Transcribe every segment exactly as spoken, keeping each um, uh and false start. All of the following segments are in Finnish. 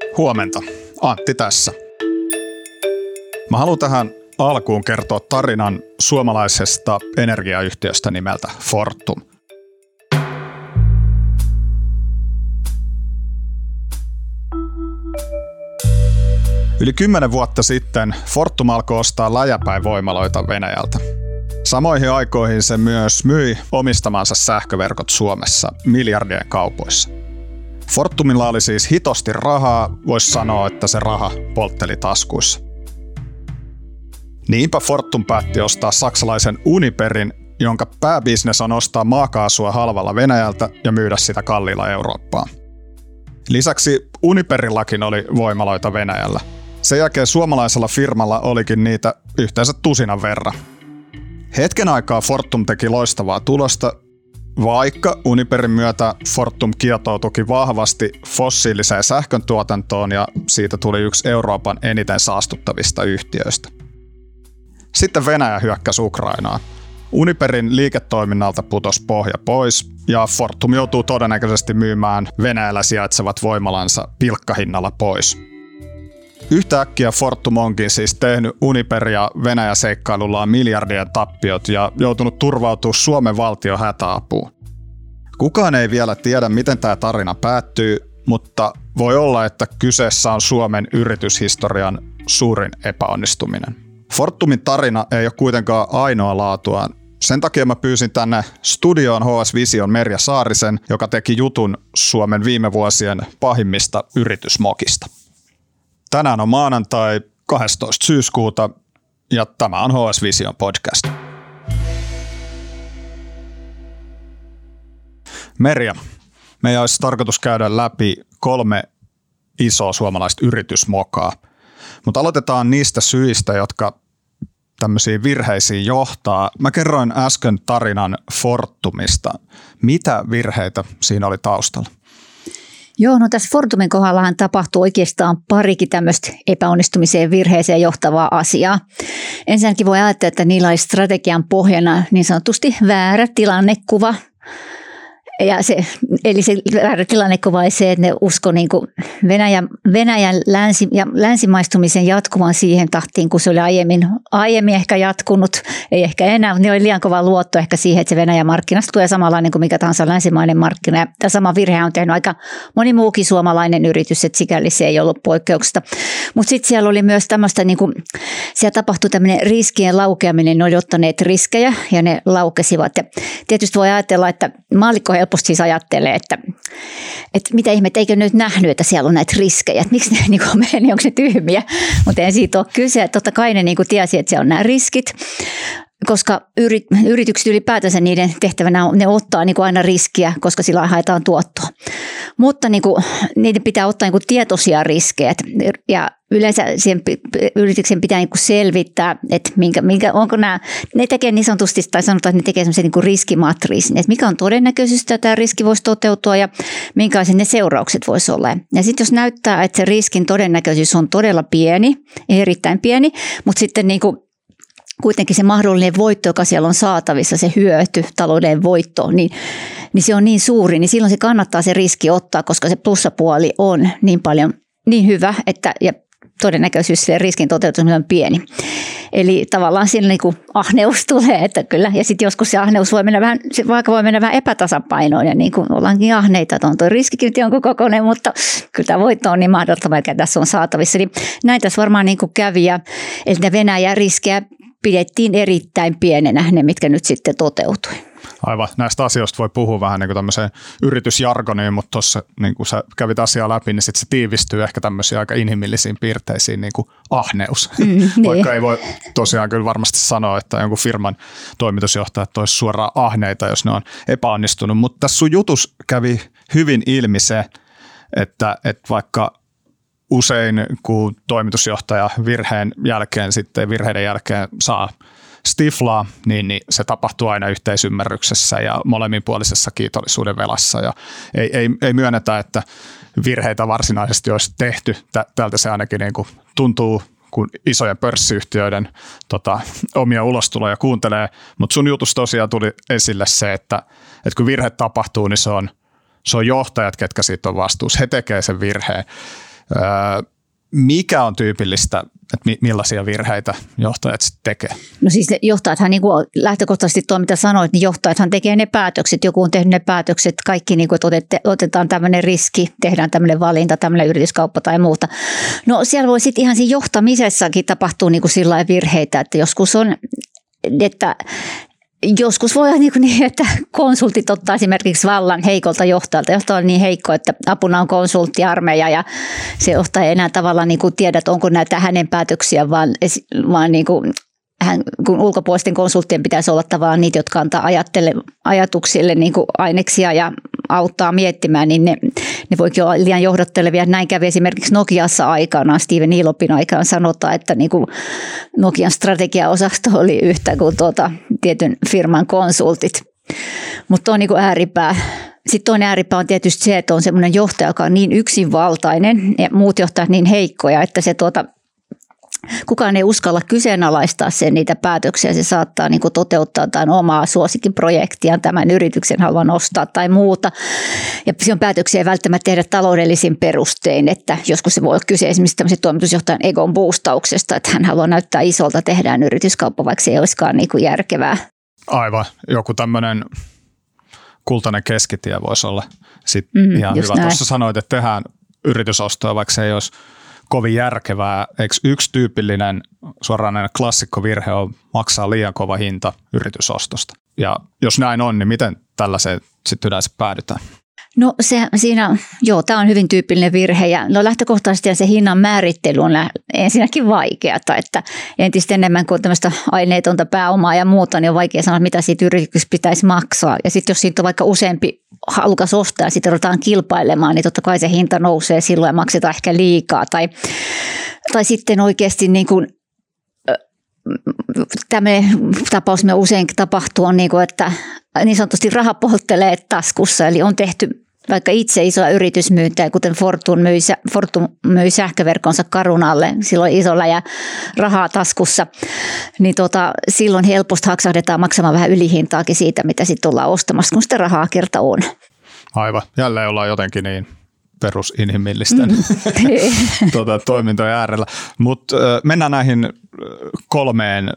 Huomenta, Antti tässä. Mä haluan tähän alkuun kertoa tarinan suomalaisesta energiayhtiöstä nimeltä Fortum. Yli kymmenen vuotta sitten Fortum alkoi ostaa läjäpäin voimaloita Venäjältä. Samoihin aikoihin se myös myi omistamansa sähköverkot Suomessa miljardien kaupoissa. Fortumilla oli siis hitosti rahaa, voisi sanoa, että se raha poltteli taskuissa. Niinpä Fortum päätti ostaa saksalaisen Uniperin, jonka pääbisnes on ostaa maakaasua halvalla Venäjältä ja myydä sitä kalliilla Eurooppaan. Lisäksi Uniperillakin oli voimaloita Venäjällä. Sen jälkeen suomalaisella firmalla olikin niitä yhteensä tusinan verran. Hetken aikaa Fortum teki loistavaa tulosta, vaikka Uniperin myötä Fortum kietoutuikin vahvasti fossiiliseen sähköntuotantoon ja siitä tuli yksi Euroopan eniten saastuttavista yhtiöistä. Sitten Venäjä hyökkäsi Ukrainaan. Uniperin liiketoiminnalta putosi pohja pois ja Fortum joutuu todennäköisesti myymään Venäjällä sijaitsevat voimalansa pilkkahinnalla pois. Yhtäkkiä Fortum onkin siis tehnyt Uniper- ja Venäjä-seikkailullaan miljardien tappiot ja joutunut turvautumaan Suomen valtion hätäapuun. Kukaan ei vielä tiedä, miten tämä tarina päättyy, mutta voi olla, että kyseessä on Suomen yrityshistorian suurin epäonnistuminen. Fortumin tarina ei ole kuitenkaan ainoa laatuaan. Sen takia mä pyysin tänne studioon H S Vision Merja Saarisen, joka teki jutun Suomen viime vuosien pahimmista yritysmokista. Tänään on maanantai kahdestoista syyskuuta ja tämä on H S Vision podcast. Merja, meidän olisi tarkoitus käydä läpi kolme isoa suomalaista yritysmokaa, mutta aloitetaan niistä syistä, jotka tämmöisiin virheisiin johtaa. Mä kerroin äsken tarinan Fortumista. Mitä virheitä siinä oli taustalla? Joo, no tässä Fortumin kohdallahan tapahtuu oikeastaan parikin tämmöistä epäonnistumiseen virheeseen johtavaa asiaa. Ensinnäkin voi ajatella, että niillä oli strategian pohjana niin sanotusti väärä tilannekuva. Ja se, eli se väärä tilannekuva oli se, että ne usko niin kuin Venäjän, Venäjän länsi, ja länsimaistumisen jatkuvan siihen tahtiin, kun se oli aiemmin, aiemmin ehkä jatkunut, ei ehkä enää, mutta ne oli liian kova luotto ehkä siihen, että se Venäjän markkinasta tulee samanlainen kuin mikä tahansa länsimainen markkina. Ja tämä sama virhe on tehnyt aika moni muukin suomalainen yritys, että sikäli se ei ollut poikkeuksesta. Mutta sitten siellä oli myös tämmöistä, niin kuin, siellä tapahtui tämmöinen riskien laukeaminen, ne oli ottaneet riskejä ja ne laukesivat. Ja tietysti voi ajatella, että maallikko helposti siis ajattelee, että, että mitä ihmettä, eikö nyt nähnyt, että siellä on näitä riskejä, että miksi ne niin menee, niin onko ne tyhmiä, mutta ei siitä ole kyse, että totta kai ne niin tiesi, että siellä on nämä riskit, koska yritykset ylipäätänsä niiden tehtävänä on, ne ottaa niin aina riskiä, koska sillä haetaan tuottoa. Mutta niin kuin, niiden pitää ottaa niin kuin tietoisia riskejä ja yleensä siihen yrityksen pitää niin kuin selvittää, että minkä, minkä, onko nämä, ne tekee niin sanotusti, tai sanotaan, että ne tekee semmoisen niin kuin riskimatriisin, että mikä on todennäköisyys, että tämä riski voisi toteutua ja minkälaiset ne seuraukset voisi olla. Ja sitten jos näyttää, että se riskin todennäköisyys on todella pieni, erittäin pieni, mutta sitten niin kuin kuitenkin se mahdollinen voitto, joka siellä on saatavissa, se hyöty, talouden voitto, niin, niin se on niin suuri, niin silloin se kannattaa se riski ottaa, koska se plussapuoli on niin paljon, niin hyvä, että ja todennäköisyys sille riskin toteutuminen on pieni. Eli tavallaan siinä niin kuin ahneus tulee, että kyllä, ja sitten joskus se ahneus voi mennä vähän, se vaikka voi mennä vähän epätasapainoon, ja niin kuin ollaankin ahneita, että on tuo riskikin jonkun kokoinen, mutta kyllä tämä voitto on niin mahdollista, vaikka tässä on saatavissa. Eli näin tässä varmaan niin kuin kävi, ja eli Venäjän riskejä pidettiin erittäin pienenä ne, mitkä nyt sitten toteutui. Aivan. Näistä asioista voi puhua vähän niin kuin tämmöiseen yritysjargoniin, mutta tuossa niin kuin sä kävit asiaa läpi, niin sitten se tiivistyy ehkä tämmöisiin aika inhimillisiin piirteisiin, niin kuin ahneus. Mm, Vaikka niin. Ei voi tosiaan kyllä varmasti sanoa, että jonkun firman toimitusjohtajat olisi suoraan ahneita, jos ne on epäonnistunut. Mutta tässä sun jutus kävi hyvin ilmi se, että, että vaikka usein kun toimitusjohtaja virheen jälkeen, sitten virheiden jälkeen saa stiflaa, niin, niin se tapahtuu aina yhteisymmärryksessä ja molemminpuolisessa kiitollisuuden velassa. Ja ei, ei, ei myönnetä, että virheitä varsinaisesti olisi tehty. Tältä se ainakin niin kuin tuntuu, kun isojen pörssiyhtiöiden tota, omia ulostuloja kuuntelee. Mutta sun jutussa tosiaan tuli esille se, että, että kun virhe tapahtuu, niin se on, se on johtajat, ketkä siitä on vastuussa. He tekevät sen virheen. Öö, mikä on tyypillistä, että millaisia virheitä johtajat sitten tekee? No siis johtajathan niin kuin lähtökohtaisesti tuo, mitä sanoit, niin johtajathan tekee ne päätökset. Joku on tehnyt ne päätökset, kaikki niin kuin, että otetaan tämmöinen riski, tehdään tämmöinen valinta, tämmöinen yrityskauppa tai muuta. No siellä voi sitten ihan siinä johtamisessakin tapahtua niin kuin sillä lailla virheitä, että joskus on, että joskus voi olla niin, että konsultit ottaa esimerkiksi vallan heikolta johtajalta. Johtaja on niin heikko, että apuna on konsulttiarmeija ja se johtaja ei enää tavallaan niin kuin tiedä, että onko näitä hänen päätöksiä, vaan, vaan niin kuin hän, kun ulkopuolisten konsulttien pitäisi olla tavallaan niitä, jotka antaa ajatuksille niin kuin aineksia ja auttaa miettimään, niin ne, ne voikin olla liian johdottelevia. Näin kävi esimerkiksi Nokiassa aikanaan, Steven Elopin aikaan sanotaan, että niin kuin Nokian strategiaosasto oli yhtä kuin tuota, tietyn firman konsultit. Mutta on niin kuin ääripää. Sitten toinen ääripää on tietysti se, että on semmoinen johtaja, joka on niin yksinvaltainen ja muut johtajat niin heikkoja, että se tuota, kukaan ei uskalla kyseenalaistaa sen niitä päätöksiä. Se saattaa niin kuin toteuttaa jotain omaa suosikkiprojektia, tämän yrityksen haluan nostaa tai muuta. Ja silloin päätöksiä ei välttämättä tehdä taloudellisin perustein, että joskus se voi olla kyse esimerkiksi tämmöisen toimitusjohtajan egon boostauksesta, että hän haluaa näyttää isolta, tehdään yrityskauppa, vaikka se ei olisikaan niin kuin järkevää. Aivan, joku tämmöinen kultainen keskitie voisi olla sitten mm, ihan hyvä. Tuossa sanoit, että tehdään yritysostoa, vaikka se ei olisi kovin järkevää. Eikö yksi tyypillinen suoranainen klassikkovirhe on maksaa liian kova hinta yritysostosta? Ja jos näin on, niin miten tällaiseen sitten yleensä päädytään? No se, siinä, joo, tämä on hyvin tyypillinen virhe ja no lähtökohtaisesti se hinnan määrittely on ensinnäkin vaikeaa, että entistä enemmän kuin tämmöistä aineetonta pääomaa ja muuta, niin on vaikea sanoa, mitä siitä yrityksestä pitäisi maksaa. Ja sitten jos siitä on vaikka useampi halukas ostaa ja sitten ruvetaan kilpailemaan, niin totta kai se hinta nousee silloin ja maksetaan ehkä liikaa. Tai, tai sitten oikeasti niin kuin tämmöinen tapaus, me usein tapahtuu, on niin kuin, että niin sanotusti raha polttelee taskussa, eli on tehty vaikka itse isoja yritysmyyntejä, kuten Fortum myi, Fortum myi sähköverkonsa Carunalle, silloin iso läjä rahaa taskussa, niin tota, silloin helposti haksahdetaan maksamaan vähän ylihintaakin siitä, mitä sitten ollaan ostamassa, kun sitä rahaa kerta on. Aivan, jälleen ollaan jotenkin niin perusinhimillisten mm. tuota, toimintojen äärellä. Mutta mennään näihin kolmeen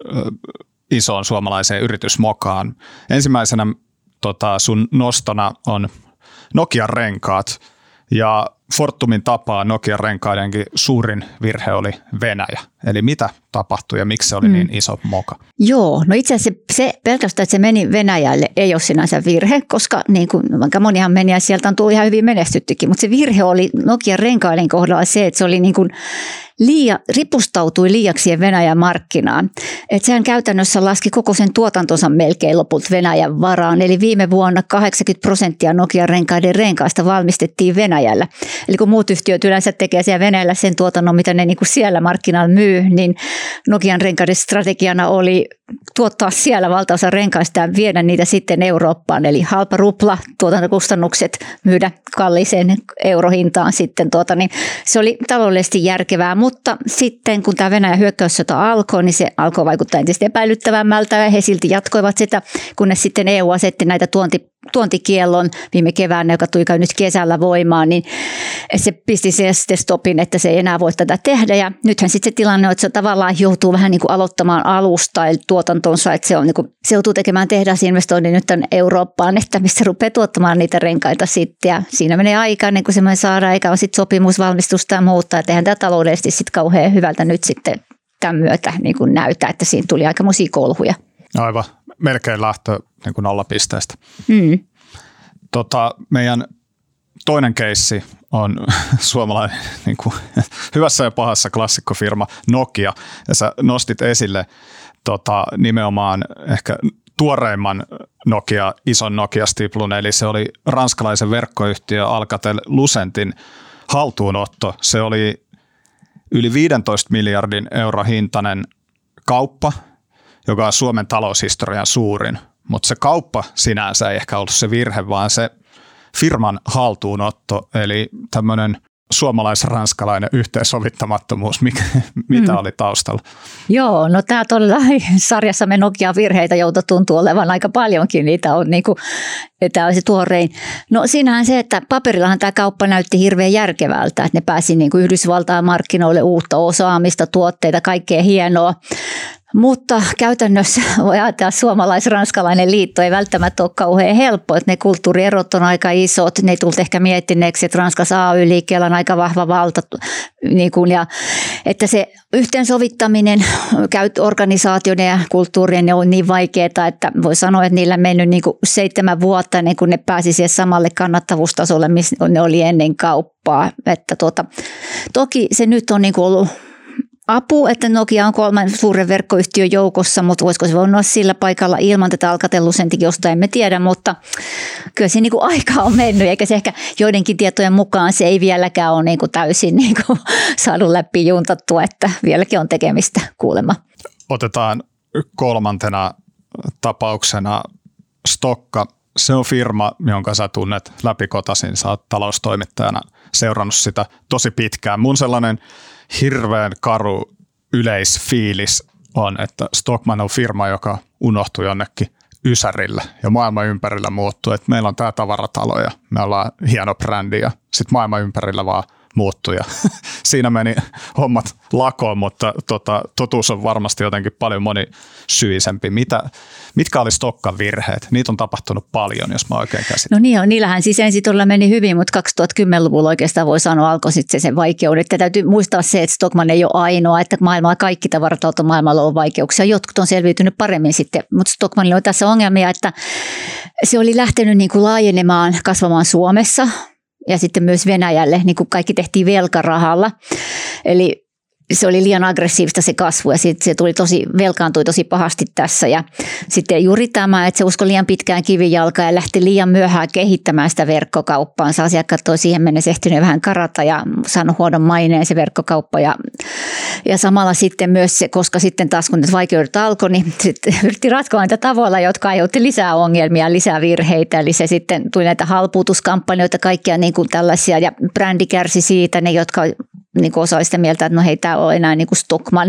isoon suomalaiseen yritysmokaan. Ensimmäisenä tota, sun nostona on Nokian renkaat ja Fortumin tapaan Nokian renkaidenkin suurin virhe oli Venäjä. Eli mitä tapahtui ja miksi se oli mm. niin iso moka? Joo, no itse asiassa se, se pelkästään, että se meni Venäjälle ei ole sinänsä virhe, koska niin kuin, vaikka monihan meni ja sieltä on tullut ihan hyvin menestyttykin, mutta se virhe oli Nokian renkaiden kohdalla se, että se oli niin kuin liia, ripustautui liiaksi Venäjän markkinaan. Että sehän käytännössä laski koko sen tuotantonsa melkein lopulta Venäjän varaan. Eli viime vuonna kahdeksankymmentä prosenttia Nokian renkaiden renkaista valmistettiin Venäjällä. Eli kun muut yhtiöt yleensä tekee siellä Venäjällä sen tuotannon, mitä ne niin kuin siellä markkinoilla myy, niin Nokian renkaiden strategiana oli tuottaa siellä valtaosa renkaista ja viedä niitä sitten Eurooppaan. Eli halpa rupla, tuotantokustannukset, myydä kalliiseen eurohintaan sitten. Tuota, niin se oli taloudellisesti järkevää. Mutta sitten kun tämä Venäjän hyökkäyssota alkoi, niin se alkoi vaikuttaa entistä epäilyttävämmältä ja he silti jatkoivat sitä, kunnes sitten E U asetti näitä tuonti, tuontikiellon viime keväänä, joka tuli nyt kesällä voimaan, niin se pisti se sitten stopin, että se ei enää voi tätä tehdä. Ja nythän sitten se tilanne on, että se tavallaan joutuu vähän niin kuin aloittamaan alusta eli tuotantonsa, että se, on niin kuin, se joutuu tekemään tehdasinvestoinnin nyt tänne Eurooppaan, että missä rupeaa tuottamaan niitä renkaita sitten. Ja siinä menee aikaa, niin kuin semmoinen saadaan, eikä ole sitten sopimusvalmistusta ja muuta, että eihän tämä taloudellisesti sitten kauhean hyvältä nyt sitten tämän myötä niin kuin näytä, että siinä tuli aikamoisia kolhuja. Aivan, melkein lähtö niin kuin nollapisteestä. Mm. Tota, meidän toinen keissi on suomalainen niin kuin, hyvässä ja pahassa klassikkofirma Nokia, ja sä nostit esille tota, nimenomaan ehkä tuoreimman Nokia, ison Nokia-stiplun, eli se oli ranskalaisen verkkoyhtiö Alcatel-Lucentin haltuunotto. Se oli yli viisitoista miljardin euron hintainen kauppa, joka on Suomen taloushistorian suurin, mutta se kauppa sinänsä ei ehkä ollut se virhe, vaan se firman haltuunotto, eli tämmöinen suomalais-ranskalainen yhteensovittamattomuus, mikä, mitä mm. oli taustalla? Joo, no tämä todella sarjassamme Nokia-virheitä joutui tuntuu olevan aika paljonkin, niitä on niin kuin, tämä on se tuorein. No siinähän se, että paperillahan tämä kauppa näytti hirveän järkevältä, että ne pääsi niin kuin Yhdysvaltain markkinoille uutta osaamista, tuotteita, kaikkea hienoa. Mutta käytännössä voi ajatella, että suomalais-ranskalainen liitto ei välttämättä ole kauhean helppo, että ne kulttuurierot on aika isot, ne ei tullut ehkä miettineeksi, että Ranskassa A Y-liikkeellä on aika vahva valta, niin kuin, ja että se yhteensovittaminen organisaatioiden ja kulttuurien on niin vaikeaa, että voi sanoa, että niillä on mennyt niin kuin seitsemän vuotta ennen kuin ne pääsi siihen samalle kannattavuustasolle, missä ne oli ennen kauppaa. Että tuota, toki se nyt on niin kuin ollut apu, että Nokia on kolmen suuren verkkoyhtiön joukossa, mutta voisiko se voinut olla sillä paikalla ilman tätä Alcatel-Lucentikin, josta emme tiedä, mutta kyllä se niin kuin aika on mennyt, eikä se ehkä joidenkin tietojen mukaan se ei vieläkään ole niin kuin täysin niin kuin saanut läpi juntattua, että vieläkin on tekemistä kuulemma. Otetaan kolmantena tapauksena Stokka. Se on firma, jonka sä tunnet läpikotaisin, sä oot taloustoimittajana seurannut sitä tosi pitkään. Mun sellainen hirveän karu yleisfiilis on, että Stockmann on firma, joka unohtui jonnekin ysärille ja maailman ympärillä muuttui. Että meillä on tämä tavaratalo ja me ollaan hieno brändi ja sitten maailman ympärillä vaan muuttui. Ja siinä meni hommat lakoon, mutta tota, totuus on varmasti jotenkin paljon monisyisempi. Mitä, mitkä oli Stokkan virheet? Niitä on tapahtunut paljon, jos mä oikein käsitän. No niin on, niillähän siis ensin todella meni hyvin, mutta kaksituhattakymmenluvulla oikeastaan voi sanoa alkoi sitten sen vaikeudet. Ja täytyy muistaa se, että Stockmann ei ole ainoa, että maailmalla kaikki tavaratalot on maailmalla on vaikeuksia. Jotkut on selviytynyt paremmin sitten, mutta Stockmannilla on tässä ongelmia, että se oli lähtenyt niin kuin laajenemaan, kasvamaan Suomessa. Ja sitten myös Venäjälle, niin kuin kaikki tehtiin velkarahalla. Eli se oli liian aggressiivista se kasvu ja sitten se tuli tosi, velkaantui tosi pahasti tässä. Ja sitten juuri tämä, että se uskoi liian pitkään kivijalkaan ja lähti liian myöhään kehittämään sitä verkkokauppaansa. Asiakkaat on siihen mennessä ehtinyt vähän karata ja saanut huonon maineen se verkkokauppa. Ja, ja samalla sitten myös se, koska sitten taas kun nyt vaikeudet alkoi, niin sitten yritti ratkoa niitä tavoilla, jotka aiheutti lisää ongelmia, lisää virheitä. Eli se sitten tuli näitä halpuutuskampanjoita, kaikkia niin kuin tällaisia ja brändi kärsi siitä, ne jotka niin kuin osa oli sitä mieltä, että no hei, tämä on enää niin kuin Stockmann.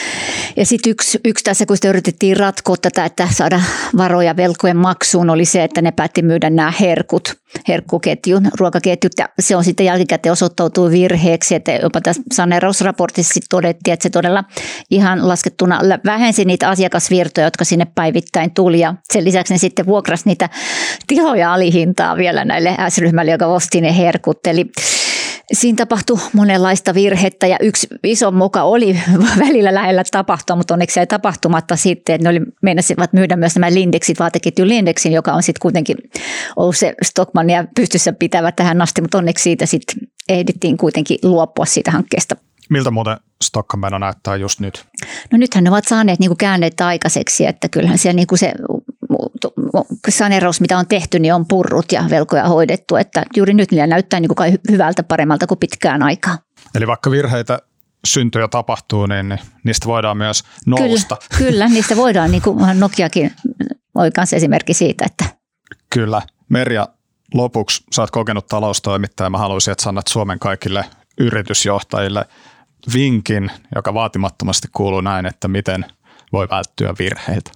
Ja sitten yksi, yksi tässä, kun sitä yritettiin ratkoa tätä, että saada varoja velkojen maksuun, oli se, että ne päätti myydä nämä herkut, herkkuketjun, ruokaketjut. Ja se on sitten jälkikäteen osoittautui virheeksi, että jopa tässä saneerausraportissa sitten todettiin, että se todella ihan laskettuna vähensi niitä asiakasvirtoja, jotka sinne päivittäin tuli. Ja sen lisäksi ne sitten vuokrasi niitä tiloja alihintaa vielä näille S-ryhmälle, joka osti ne herkut. Eli siinä tapahtui monenlaista virhettä ja yksi iso moka oli välillä lähellä tapahtua, mutta onneksi ei tapahtumatta sitten, että ne oli, meinasivat myydä myös nämä Lindexit, vaateketju Lindexin, joka on sitten kuitenkin ollut se Stockmannia pystyssä pitävä tähän asti, mutta onneksi siitä sitten ehdittiin kuitenkin luopua siitä hankkeesta. Miltä muuten Stockmann näyttää just nyt? No nythän ne ovat saaneet niin kuin käänneitä aikaiseksi, että kyllähän siellä niin kuin se saneeraus, mitä on tehty, niin on purrut ja velkoja hoidettu, että juuri nyt niillä näyttää niin kuin hyvältä, paremmalta kuin pitkään aikaa. Eli vaikka virheitä syntyy ja tapahtuu, niin niistä voidaan myös nousta. Kyllä, kyllä niistä voidaan, niin kuin Nokiakin oli kanssa esimerkki siitä. Että. Kyllä. Merja, lopuksi sä oot kokenut taloustoimittaja, mä haluaisin, että sanat Suomen kaikille yritysjohtajille vinkin, joka vaatimattomasti kuuluu näin, että miten voi välttyä virheitä.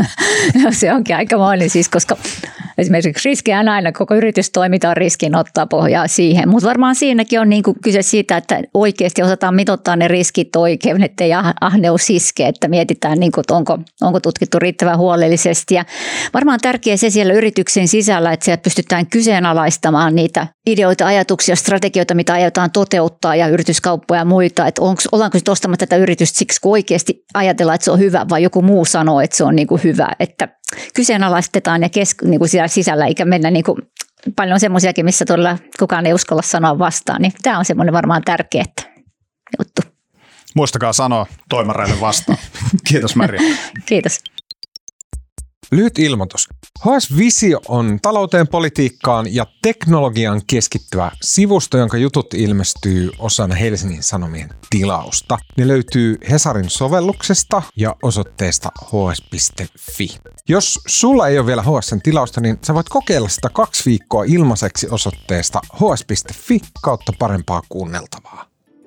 No se onkin aikamoinen siis, koska esimerkiksi riskejä aina, koko yritystoiminta on riskin ottaa pohjaa siihen, mutta varmaan siinäkin on niin kuin kyse siitä, että oikeasti osataan mitottaa ne riskit oikein, ettei ahneus iske, että mietitään, niin kuin, että onko, onko tutkittu riittävän huolellisesti ja varmaan tärkeää se siellä yrityksen sisällä, että siellä pystytään kyseenalaistamaan niitä ideoita, ajatuksia, strategioita, mitä aiotaan toteuttaa ja yrityskauppoja ja muita, että onko, ollaanko sitten ostamatta tätä yritystä siksi, kun oikeasti ajatellaan, että se on hyvä vai joku muu sanoo, että se on niin kuin hyvä, että kyseenalaistetaan ja kes, niin kuin siellä sisällä eikä mennä niin kuin, paljon on semmoisiakin, missä todella kukaan ei uskalla sanoa vastaan, niin tämä on semmoinen varmaan tärkeä juttu. Muistakaa sanoa toimareille vastaan. Kiitos Merja. Kiitos. Lyhyt ilmoitus. H S Visio on talouteen, politiikkaan ja teknologiaan keskittyvä sivusto, jonka jutut ilmestyy osana Helsingin Sanomien tilausta. Ne löytyy Hesarin sovelluksesta ja osoitteesta h s piste f i. Jos sulla ei ole vielä H S:n tilausta, niin sä voit kokeilla sitä kaksi viikkoa ilmaiseksi osoitteesta h s piste f i kautta parempaa kuunneltavaa.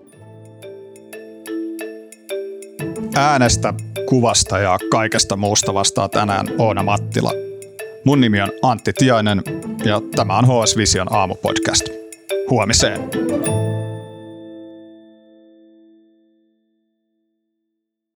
Äänestä, kuvasta ja kaikesta muusta vastaa tänään Oona Mattila. Mun nimi on Antti Tiainen ja tämä on H S Vision aamupodcast. Huomiseen!